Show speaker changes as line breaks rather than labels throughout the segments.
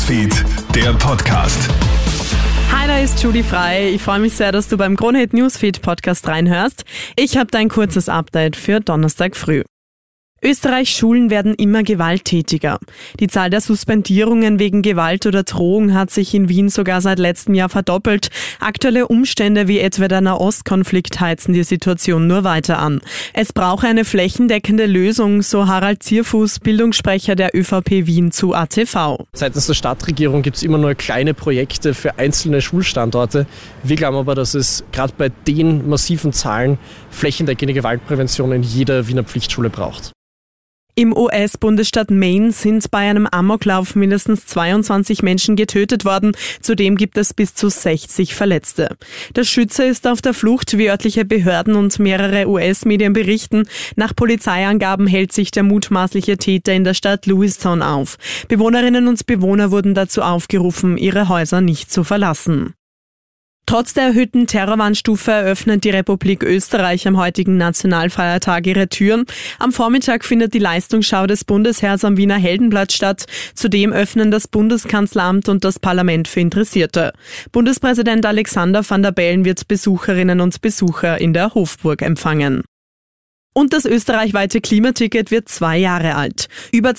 Newsfeed, der Podcast.
Hi, da ist Judy Frei. Ich freue mich sehr, dass du beim Kronehit Newsfeed Podcast reinhörst. Ich habe dein kurzes Update für Donnerstag früh. Österreichs Schulen werden immer gewalttätiger. Die Zahl der Suspendierungen wegen Gewalt oder Drohung hat sich in Wien sogar seit letztem Jahr verdoppelt. Aktuelle Umstände wie etwa der Nahostkonflikt heizen die Situation nur weiter an. Es brauche eine flächendeckende Lösung, so Harald Zierfuß, Bildungssprecher der ÖVP Wien zu ATV.
Seitens der Stadtregierung gibt es immer nur kleine Projekte für einzelne Schulstandorte. Wir glauben aber, dass es gerade bei den massiven Zahlen flächendeckende Gewaltprävention in jeder Wiener Pflichtschule braucht.
Im US-Bundesstaat Maine sind bei einem Amoklauf mindestens 22 Menschen getötet worden. Zudem gibt es bis zu 60 Verletzte. Der Schütze ist auf der Flucht, wie örtliche Behörden und mehrere US-Medien berichten. Nach Polizeiangaben hält sich der mutmaßliche Täter in der Stadt Lewistown auf. Bewohnerinnen und Bewohner wurden dazu aufgerufen, ihre Häuser nicht zu verlassen. Trotz der erhöhten Terrorwarnstufe eröffnet die Republik Österreich am heutigen Nationalfeiertag ihre Türen. Am Vormittag findet die Leistungsschau des Bundesheers am Wiener Heldenplatz statt. Zudem öffnen das Bundeskanzleramt und das Parlament für Interessierte. Bundespräsident Alexander Van der Bellen wird Besucherinnen und Besucher in der Hofburg empfangen. Und das österreichweite Klimaticket wird 2 Jahre alt. Über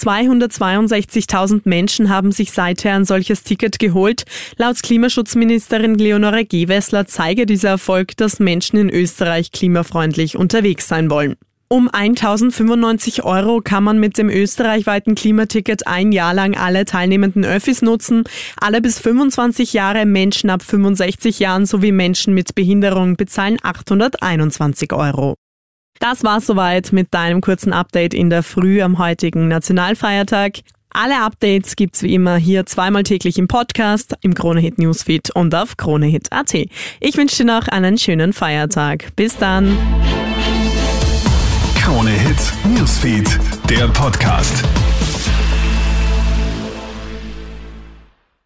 262.000 Menschen haben sich seither ein solches Ticket geholt. Laut Klimaschutzministerin Leonore Gewessler zeige dieser Erfolg, dass Menschen in Österreich klimafreundlich unterwegs sein wollen. Um 1.095 € kann man mit dem österreichweiten Klimaticket 1 Jahr lang alle teilnehmenden Öffis nutzen. Alle bis 25 Jahre, Menschen ab 65 Jahren sowie Menschen mit Behinderung bezahlen 821 €. Das war's soweit mit deinem kurzen Update in der Früh am heutigen Nationalfeiertag. Alle Updates gibt's wie immer hier 2-mal täglich im Podcast, im Kronehit Newsfeed und auf kronehit.at. Ich wünsche dir noch einen schönen Feiertag. Bis dann.
Kronehit Newsfeed, der Podcast.